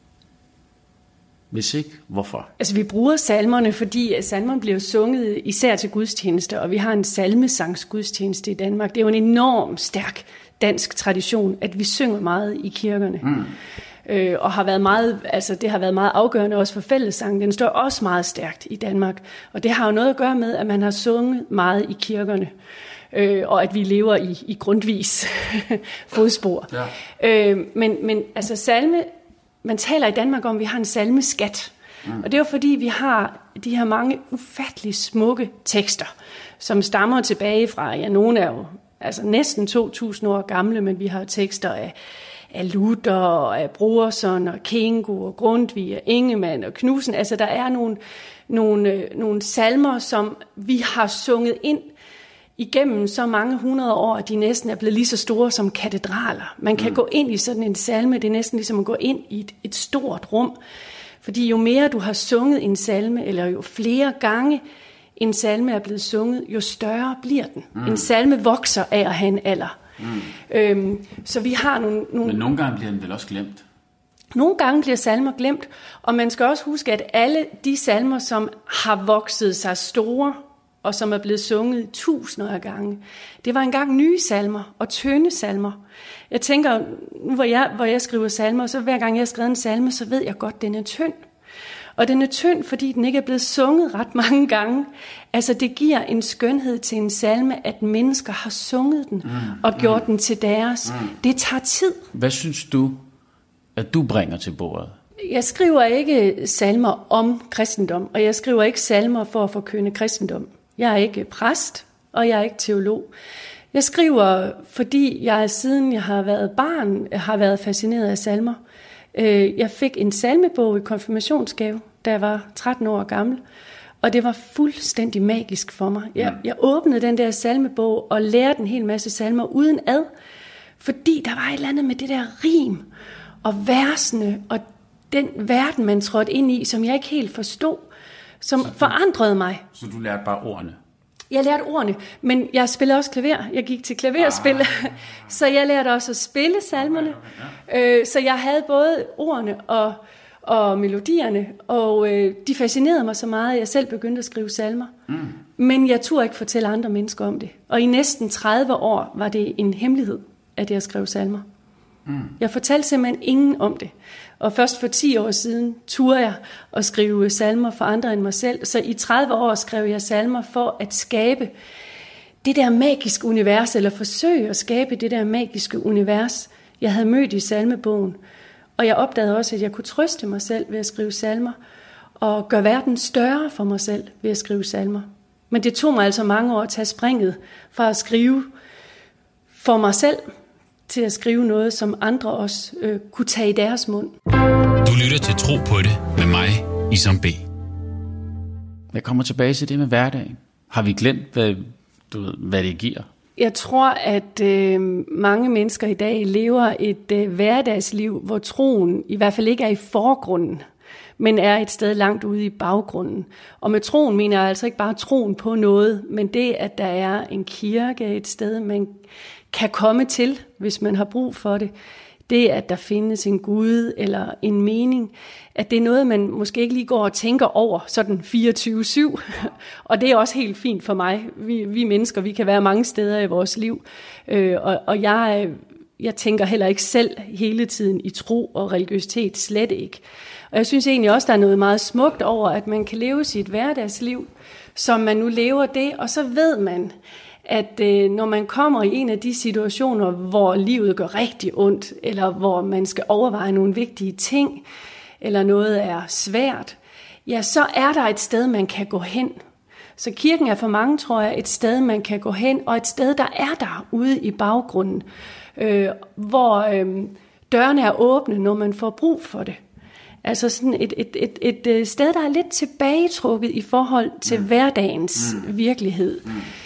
Hvis ikke, hvorfor? Altså vi bruger salmerne, fordi salmerne bliver sunget især til gudstjeneste, og vi har en salmesangsgudstjeneste i Danmark. Det er jo en enormt stærk dansk tradition, at vi synger meget i kirkerne. Mm. Øh, og har været meget, altså det har været meget afgørende også for fællessangen. Den står også meget stærkt i Danmark. Og det har jo noget at gøre med, at man har sunget meget i kirkerne. Øh, og at vi lever i, i grundvis fodspor. Ja. Øh, men, men altså salme, man taler i Danmark om, at vi har en salmeskat. Mm. Og det er jo fordi, vi har de her mange ufattelig smukke tekster, som stammer tilbage fra, ja, nogle er jo altså næsten to tusind år gamle, men vi har tekster af, af Luther, og af Brodersen, og Kingo, og Grundtvig, og Ingemann, og Knudsen. Altså der er nogle, nogle, nogle salmer, som vi har sunget ind igennem så mange hundrede år, at de næsten er blevet lige så store som katedraler. Man kan mm. gå ind i sådan en salme, det er næsten ligesom at gå ind i et, et stort rum. Fordi jo mere du har sunget en salme, eller jo flere gange en salme er blevet sunget, jo større bliver den. Mm. En salme vokser af at have en alder. Mm. Øhm, så vi har nogle, nogle... Men nogle gange bliver den vel også glemt? Nogle gange bliver salmer glemt, og man skal også huske, at alle de salmer, som har vokset sig store, og som er blevet sunget tusinder af gange, det var engang nye salmer og tynde salmer. Jeg tænker, nu hvor jeg, hvor jeg skriver salmer, så hver gang jeg har skrevet en salme, så ved jeg godt, at den er tynd. Og den er tynd, fordi den ikke er blevet sunget ret mange gange. Altså det giver en skønhed til en salme, at mennesker har sunget den mm, og gjort mm, den til deres. Mm. Det tager tid. Hvad synes du, at du bringer til bordet? Jeg skriver ikke salmer om kristendom, og jeg skriver ikke salmer for at forkynde kristendom. Jeg er ikke præst, og jeg er ikke teolog. Jeg skriver, fordi jeg siden jeg har været barn, har været fascineret af salmer. Jeg fik en salmebog i konfirmationsgave, da jeg var tretten år gammel, og det var fuldstændig magisk for mig. Jeg, jeg åbnede den der salmebog og lærte en hel masse salmer uden ad, fordi der var et eller andet med det der rim og versene og den verden, man trådte ind i, som jeg ikke helt forstod, som du, forandrede mig. Så du lærte bare ordene? Jeg lærte ordene, men jeg spillede også klaver. Jeg gik til klaverspil, ah. Så jeg lærte også at spille salmerne. Okay, okay, ja. øh, så jeg havde både ordene og, og melodierne, og øh, de fascinerede mig så meget, at jeg selv begyndte at skrive salmer. Mm. Men jeg turde ikke fortælle andre mennesker om det. Og i næsten tredive år var det en hemmelighed, at jeg skrev salmer. Mm. Jeg fortalte simpelthen ingen om det. Og først for ti år siden turde jeg at skrive salmer for andre end mig selv. Så i tredive år skrev jeg salmer for at skabe det der magiske univers, eller forsøge at skabe det der magiske univers, jeg havde mødt i salmebogen. Og jeg opdagede også, at jeg kunne trøste mig selv ved at skrive salmer, og gøre verden større for mig selv ved at skrive salmer. Men det tog mig altså mange år at tage springet fra at skrive for mig selv, til at skrive noget, som andre også øh, kunne tage i deres mund. Du lytter til Tro på det med mig, Isam B. Jeg kommer tilbage til det med hverdagen. Har vi glemt, hvad, du ved, hvad det giver? Jeg tror, at øh, mange mennesker i dag lever et øh, hverdagsliv, hvor troen i hvert fald ikke er i forgrunden, men er et sted langt ude i baggrunden. Og med troen mener jeg altså ikke bare troen på noget, men det, at der er en kirke, et sted, man kan komme til, hvis man har brug for det. Det, at der findes en Gud eller en mening, at det er noget, man måske ikke lige går og tænker over sådan fireogtyve syv. Og det er også helt fint for mig. Vi, vi mennesker, vi kan være mange steder i vores liv. Øh, og og jeg, jeg tænker heller ikke selv hele tiden i tro og religiøsitet, slet ikke. Og jeg synes egentlig også, der er noget meget smukt over, at man kan leve sit hverdagsliv, som man nu lever det, og så ved man, at øh, når man kommer i en af de situationer, hvor livet gør rigtig ondt, eller hvor man skal overveje nogle vigtige ting, eller noget er svært, ja, så er der et sted, man kan gå hen. Så kirken er for mange, tror jeg, et sted, man kan gå hen, og et sted, der er der ude i baggrunden, øh, hvor øh, dørene er åbne, når man får brug for det. Altså sådan et, et, et, et sted, der er lidt tilbagetrukket i forhold til mm. hverdagens mm. virkelighed. Mm.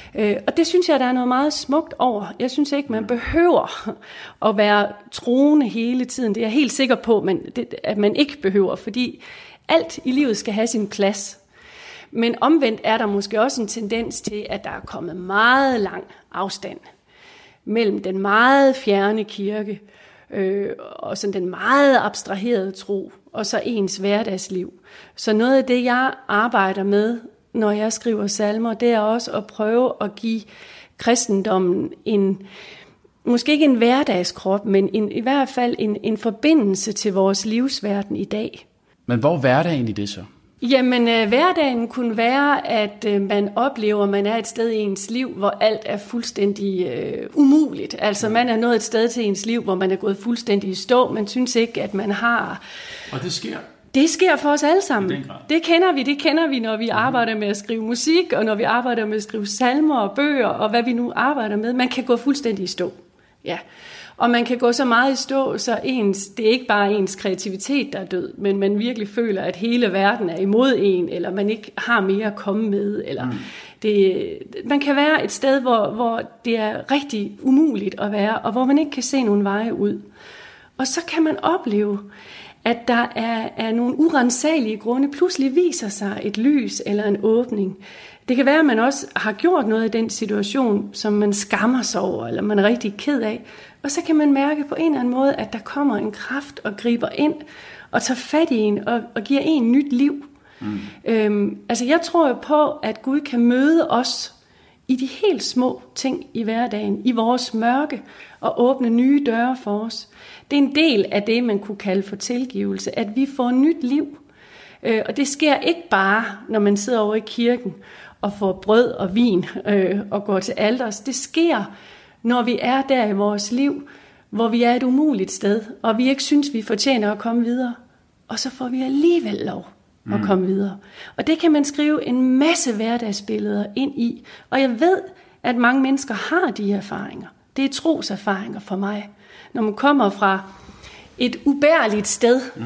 Øh, og det synes jeg, der er noget meget smukt over. Jeg synes ikke, man behøver at være troende hele tiden. Det er jeg helt sikker på, men det, at man ikke behøver, fordi alt i livet skal have sin plads. Men omvendt er der måske også en tendens til, at der er kommet meget lang afstand mellem den meget fjerne kirke øh, og sådan den meget abstraherede tro, og så ens hverdagsliv. Så noget af det, jeg arbejder med, når jeg skriver salmer, det er også at prøve at give kristendommen en, måske ikke en hverdagskrop, men en, i hvert fald en, en forbindelse til vores livsverden i dag. Men hvor er hverdagen i det så? Jamen, øh, hverdagen kunne være, at øh, man oplever, at man er et sted i ens liv, hvor alt er fuldstændig øh, umuligt. Altså, man er nået et sted til ens liv, hvor man er gået fuldstændig i stå. Man synes ikke, at man har... Og det sker? Det sker for os alle sammen. Det kender vi. Det kender vi, når vi arbejder med at skrive musik, og når vi arbejder med at skrive salmer og bøger, og hvad vi nu arbejder med. Man kan gå fuldstændig i stå. Ja. Og man kan gå så meget i stå, så ens, det er ikke bare ens kreativitet, der er død, men man virkelig føler, at hele verden er imod en, eller man ikke har mere at komme med. Eller mm. det, man kan være et sted, hvor, hvor det er rigtig umuligt at være, og hvor man ikke kan se nogen veje ud. Og så kan man opleve, at der er, er nogle urensagelige grunde, pludselig viser sig et lys eller en åbning. Det kan være, at man også har gjort noget i den situation, som man skammer sig over, eller man er rigtig ked af. Og så kan man mærke på en eller anden måde, at der kommer en kraft og griber ind og tager fat i en og, og giver en nyt liv. Mm. Øhm, altså jeg tror jo på, at Gud kan møde os i de helt små ting i hverdagen, i vores mørke, og åbne nye døre for os. Det er en del af det, man kunne kalde for tilgivelse, at vi får nyt liv. Øh, og det sker ikke bare, når man sidder over i kirken og får brød og vin øh, og går til alters. Det sker, når vi er der i vores liv, hvor vi er et umuligt sted, og vi ikke synes, vi fortjener at komme videre. Og så får vi alligevel lov at komme mm. videre. Og det kan man skrive en masse hverdagsbilleder ind i. Og jeg ved, at mange mennesker har de erfaringer. Det er troserfaringer for mig. Når man kommer fra et ubærligt sted, mm.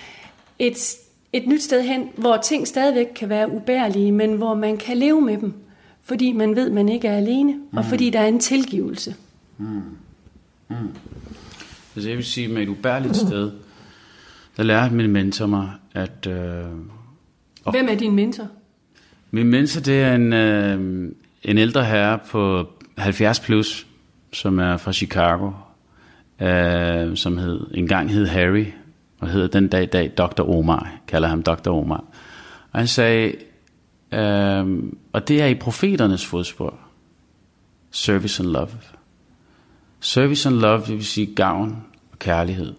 et, et nyt sted hen, hvor ting stadigvæk kan være ubærlige, men hvor man kan leve med dem, fordi man ved, at man ikke er alene, mm. og fordi der er en tilgivelse. Mm. Mm. Altså jeg vil sige, med et ubærligt sted, der lærte min mentor mig, at... Øh, oh, Hvem er din mentor? Min mentor, det er en, øh, en ældre herre på halvfjerds plus, som er fra Chicago, øh, som hed, engang hed Harry, og hedder den dag i dag doktor Omar, jeg kalder ham doktor Omar. Og han sagde, øh, og det er i profeternes fodspor, service and love. Service and love, det vil sige gavn og kærlighed.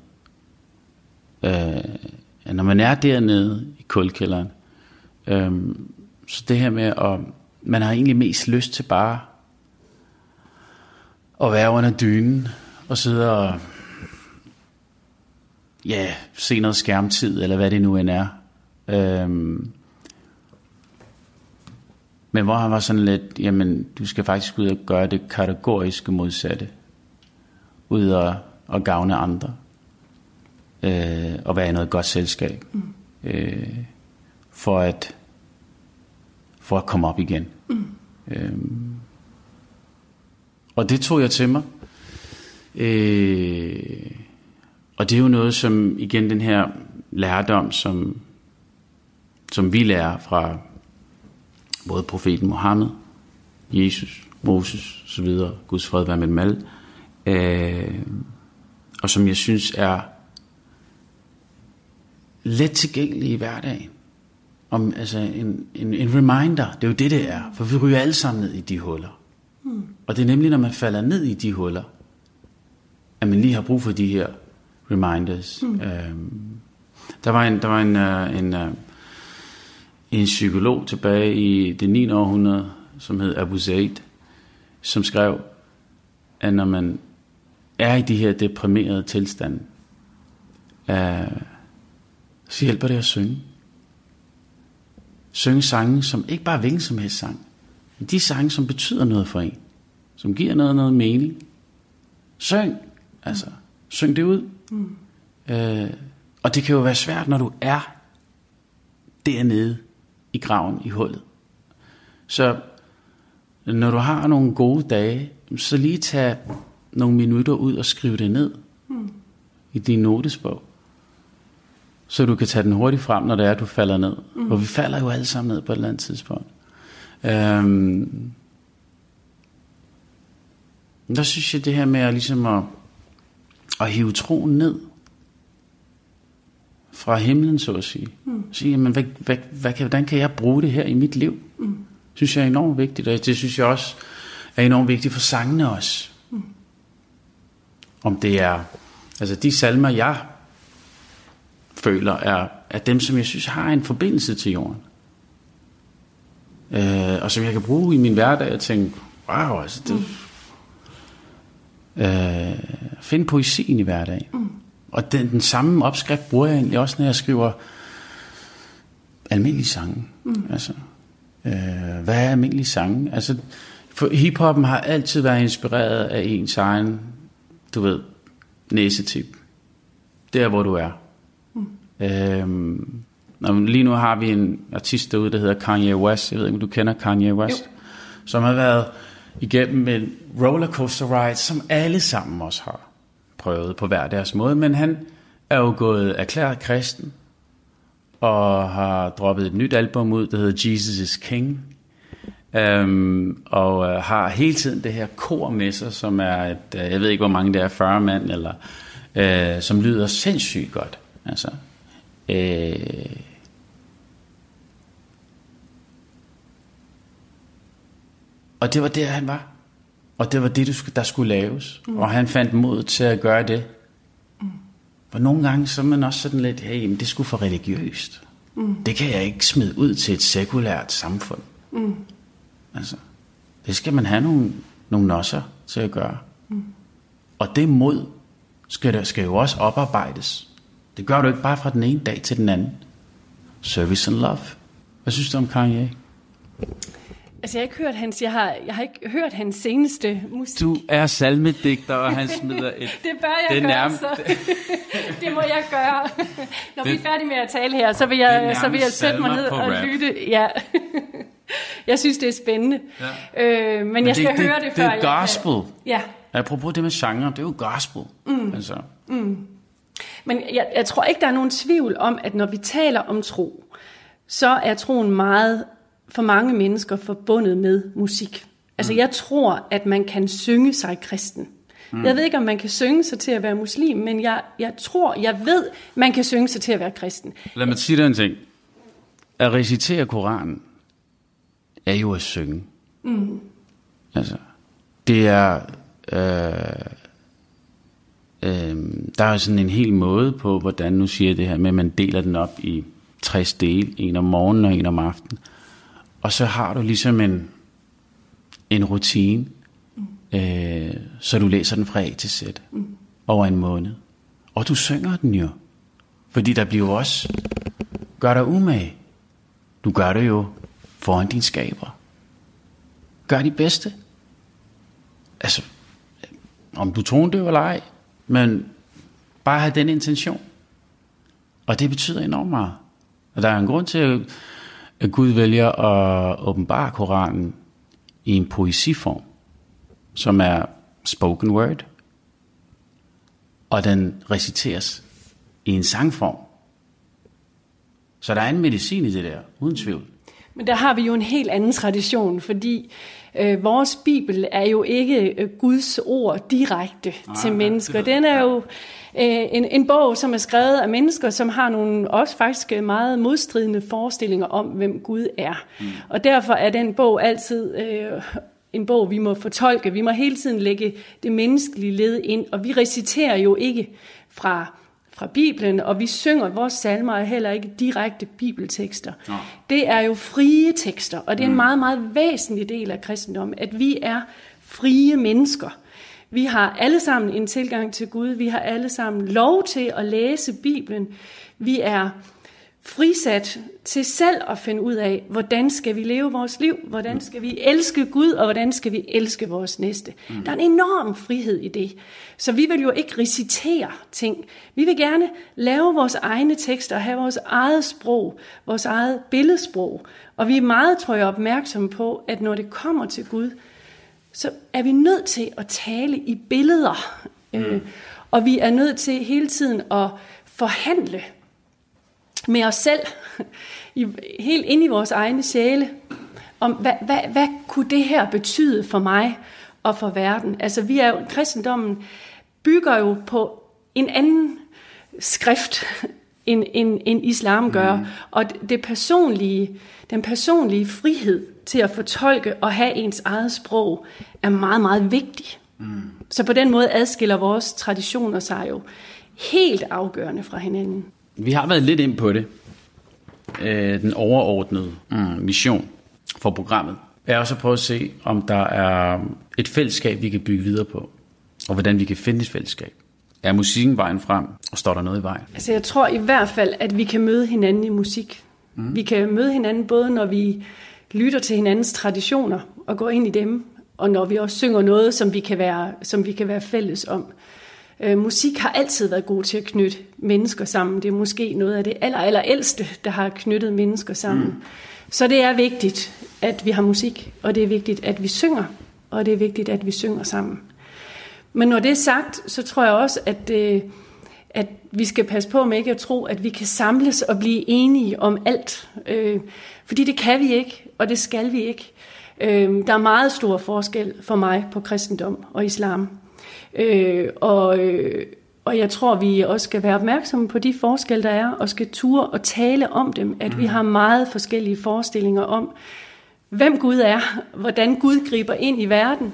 Øh, når man er dernede i kulkælderen, øh, så det her med at man har egentlig mest lyst til bare at være under dynen og sidde og ja, se noget skærmtid eller hvad det nu end er. Øh, men hvor han var sådan lidt, jamen du skal faktisk ud og gøre det kategoriske modsatte, ud og, og gavne andre. Øh, og være i noget godt selskab, mm. øh, for at for at komme op igen. Mm. Øh, og det tog jeg til mig. Øh, og det er jo noget, som igen den her lærdom, som som vi lærer fra både profeten Mohammed, Jesus, Moses og så videre, Guds fred være med dem alle, øh, og som jeg synes er let tilgængelig i hverdagen. Om, altså en, en, en reminder, det er jo det, det er. For vi ryger alle sammen ned i de huller. Mm. Og det er nemlig, når man falder ned i de huller, at man lige har brug for de her reminders. Mm. Øhm, der var en, der var en, uh, en, uh, en psykolog tilbage i det niende århundrede, som hed Abu Zaid, som skrev, at når man er i de her deprimerede tilstande, uh, så hjælper det at synge. Synge sange, som ikke bare er hvilken som helst sang, men de sange, som betyder noget for en, som giver noget, noget mening. Syng, altså, mm. syng det ud. Mm. Øh, og det kan jo være svært, når du er dernede i graven, i hullet. Så når du har nogle gode dage, så lige tage nogle minutter ud og skrive det ned mm. i din notesbog. Så du kan tage den hurtigt frem, når det er, du falder ned. Mm. Og vi falder jo alle sammen ned på et eller andet tidspunkt. Øhm, der synes jeg, det her med at, ligesom at, at hive troen ned fra himlen, så at sige. Mm. Sige, jamen, hvad, hvad, hvad, hvordan kan jeg bruge det her i mit liv? Mm. Synes jeg er enormt vigtigt, og det synes jeg også er enormt vigtigt for sangene også. Mm. Om det er, altså de salmer, jeg føler, er, er dem, som jeg synes har en forbindelse til jorden. Øh, og som jeg kan bruge i min hverdag og tænke, wow, altså det... Mm. Øh, find poesien i hverdagen. Mm. Og den, den samme opskrift bruger jeg egentlig også, når jeg skriver almindelige sange. Mm. Altså, øh, hvad er almindelige sange? Altså, for hiphoppen har altid været inspireret af ens egen, du ved, næsetip. Der, hvor du er. Mm. Øhm, lige nu har vi en artist derude, der hedder Kanye West. Jeg ved ikke, om du kender Kanye West. Jo. Som har været igennem en rollercoaster ride, som alle sammen også har prøvet på hver deres måde. Men han er jo gået erklæret kristen, og har droppet et nyt album ud, der hedder Jesus is King. Um, og uh, har hele tiden det her kor med sig, som er et, uh, jeg ved ikke, hvor mange det er, fyrre mand, eller, uh, som lyder sindssygt godt. Altså, uh, og det var der, han var. Og det var det, der skulle laves. Mm. Og han fandt mod til at gøre det. Mm. For nogle gange, så er man også sådan lidt, hey, men det skulle for religiøst. Mm. Det kan jeg ikke smide ud til et sekulært samfund. Mm. Altså, det skal man have nogle, nogle nosser til at gøre. Mm. Og det mod skal, der, skal jo også oparbejdes. Det gør du ikke bare fra den ene dag til den anden. Service and love. Hvad synes du om Kanye? Altså, jeg har ikke hørt hans, jeg har, jeg har ikke hørt hans seneste musik. Du er salmedigter, og han smider et... det bør jeg det gøre, nærmest... så. Det må jeg gøre. Når det, vi er færdige med at tale her, så vil jeg, så vil jeg sætte mig ned og rap. lytte. Ja. Jeg synes, det er spændende. Ja. Øh, men, men jeg skal det, høre det, det før det er gospel. Jeg kan... Ja. Apropos det med genre, det er jo gospel. Mm. Altså. Mm. Men jeg, jeg tror ikke, der er nogen tvivl om, at når vi taler om tro, så er troen meget... for mange mennesker forbundet med musik. Altså, mm. jeg tror, at man kan synge sig kristen. Mm. Jeg ved ikke, om man kan synge sig til at være muslim, men jeg, jeg tror, jeg ved, man kan synge sig til at være kristen. Lad mig sige dig en ting. At recitere Koranen er jo at synge. Mm. Altså, det er... Øh, øh, der er jo sådan en hel måde på, hvordan nu siger det her med, at man deler den op i tres dele. En om morgenen og en om aftenen. Og så har du ligesom en, en rutine, mm. øh, så du læser den fra A til Z mm. over en måned. Og du synger den jo. Fordi der bliver jo også, gør dig umage. Du gør det jo foran din skaber. Gør dit bedste. Altså, om du tror det eller ej, men bare have den intention. Og det betyder enormt meget. Og der er en grund til, at at Gud vælger at åbenbare Koranen i en poesiform, som er spoken word, og den reciteres i en sangform. Så der er en medicin i det der, uden tvivl. Men der har vi jo en helt anden tradition, fordi øh, vores Bibel er jo ikke øh, Guds ord direkte ah, til mennesker. Ja, den er jo øh, en, en bog, som er skrevet af mennesker, som har nogle også faktisk meget modstridende forestillinger om, hvem Gud er. Mm. Og derfor er den bog altid øh, en bog, vi må fortolke. Vi må hele tiden lægge det menneskelige led ind, og vi reciterer jo ikke fra... fra Bibelen, og vi synger, vores salmer er heller ikke direkte bibeltekster. Ja. Det er jo frie tekster, og det er en meget, meget væsentlig del af kristendommen, at vi er frie mennesker. Vi har alle sammen en tilgang til Gud, vi har alle sammen lov til at læse Bibelen. Vi er frisat til selv at finde ud af, hvordan skal vi leve vores liv, hvordan skal vi elske Gud, og hvordan skal vi elske vores næste. Mm. Der er en enorm frihed i det. Så vi vil jo ikke recitere ting. Vi vil gerne lave vores egne tekster, have vores eget sprog, vores eget billedsprog. Og vi er meget, tror jeg, opmærksomme på, at når det kommer til Gud, så er vi nødt til at tale i billeder. Mm. Øh, og vi er nødt til hele tiden at forhandle med os selv, i, helt ind i vores egne sjæle, om hvad, hvad, hvad kunne det her betyde for mig og for verden. Altså vi er jo, kristendommen bygger jo på en anden skrift, end, end, end islam gør, mm. og det personlige, den personlige frihed til at fortolke og have ens eget sprog, er meget, meget vigtig. Mm. Så på den måde adskiller vores traditioner sig jo helt afgørende fra hinanden. Vi har været lidt ind på det. Øh, den overordnede mm, mission for programmet er også at prøve at se, om der er et fællesskab, vi kan bygge videre på, og hvordan vi kan finde et fællesskab. Er musikken vejen frem, og står der noget i vejen? Altså jeg tror i hvert fald, at vi kan møde hinanden i musik. Mm. Vi kan møde hinanden både, når vi lytter til hinandens traditioner og går ind i dem, og når vi også synger noget, som vi kan være, som vi kan være fælles om. Øh, musik har altid været god til at knytte mennesker sammen. Det er måske noget af det aller, aller ældste, der har knyttet mennesker sammen. Mm. Så det er vigtigt, at vi har musik, og det er vigtigt, at vi synger, og det er vigtigt, at vi synger sammen. Men når det er sagt, så tror jeg også, at, øh, at vi skal passe på med ikke at tro, at vi kan samles og blive enige om alt. Øh, fordi det kan vi ikke, og det skal vi ikke. Øh, der er meget stor forskel for mig på kristendom og islam. Øh, og, øh, og jeg tror, vi også skal være opmærksomme på de forskelle, der er, og skal ture og tale om dem, at vi har meget forskellige forestillinger om, hvem Gud er, hvordan Gud griber ind i verden,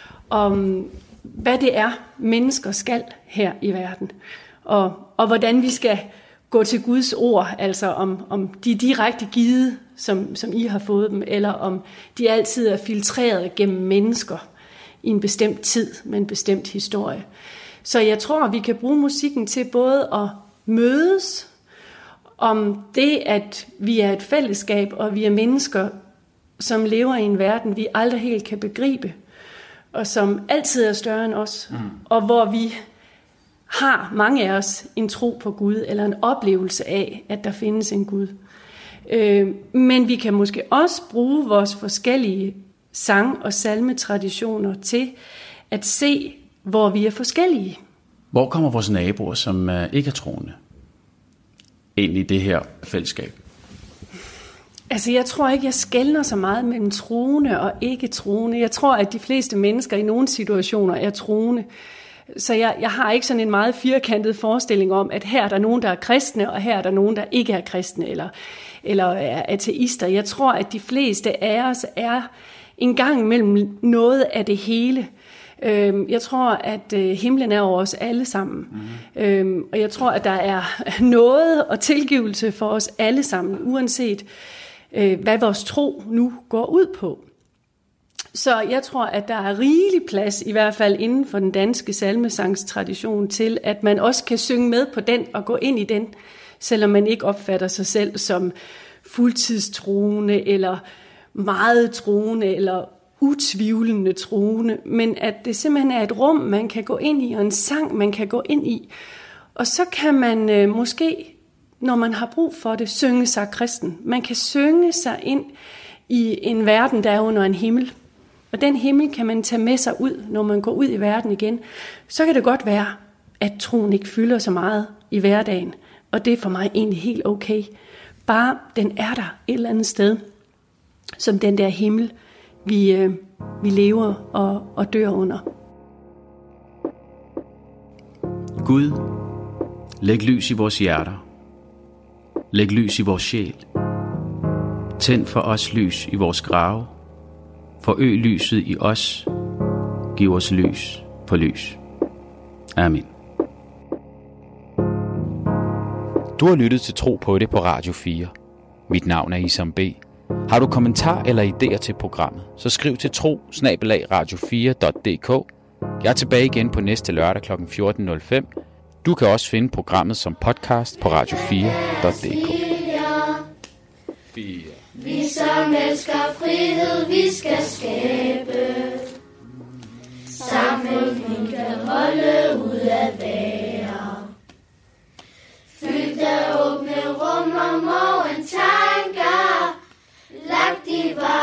om hvad det er, mennesker skal her i verden, og, og hvordan vi skal gå til Guds ord, altså om, om de er direkte givet, som, som I har fået dem, eller om de altid er filtreret gennem mennesker i en bestemt tid med en bestemt historie. Så jeg tror, vi kan bruge musikken til både at mødes om det, at vi er et fællesskab, og vi er mennesker, som lever i en verden, vi aldrig helt kan begribe, og som altid er større end os, mm. og hvor vi har, mange af os, en tro på Gud, eller en oplevelse af, at der findes en Gud. Øh, men vi kan måske også bruge vores forskellige sang- og salmetraditioner til at se, hvor vi er forskellige. Hvor kommer vores naboer, som uh, ikke er troende, ind i det her fællesskab? Altså, jeg tror ikke, jeg skelner så meget mellem troende og ikke troende. Jeg tror, at de fleste mennesker i nogle situationer er troende. Så jeg, jeg har ikke sådan en meget firkantet forestilling om, at her er der nogen, der er kristne, og her er der nogen, der ikke er kristne, eller, eller er ateister. Jeg tror, at de fleste af os er en gang mellem noget af det hele. Jeg tror, at himlen er over os alle sammen. Mm-hmm. Og jeg tror, at der er noget og tilgivelse for os alle sammen, uanset hvad vores tro nu går ud på. Så jeg tror, at der er rigelig plads, i hvert fald inden for den danske salmesangstradition, til at man også kan synge med på den og gå ind i den, selvom man ikke opfatter sig selv som fuldtidstroende eller meget troende eller utvivlende troende, men at det simpelthen er et rum, man kan gå ind i, og en sang, man kan gå ind i. Og så kan man øh, måske, når man har brug for det, synge sig kristen. Man kan synge sig ind i en verden, der er under en himmel. Og den himmel kan man tage med sig ud, når man går ud i verden igen. Så kan det godt være, at troen ikke fylder så meget i hverdagen. Og det er for mig egentlig helt okay. Bare den er der et eller andet sted, som den der himmel, vi, øh, vi lever og, og dør under. Gud, læg lys i vores hjerter. Læg lys i vores sjæl. Tænd for os lys i vores grave. Forøg lyset i os. Giv os lys på lys. Amen. Du har lyttet til Tro på det på Radio fire. Mit navn er Isam B. Har du kommentar eller idéer til programmet, så skriv til tro bindestreg radio fire punktum d k. Jeg er tilbage igen på næste lørdag klokken fjorten nul fem. Du kan også finde programmet som podcast på radio fire punktum d k. fire. Vi som elsker frihed, vi skal skabe. Sammen vi kan holde ud af være. Fyldt af åbne rum og morgen tanker. Lagt i var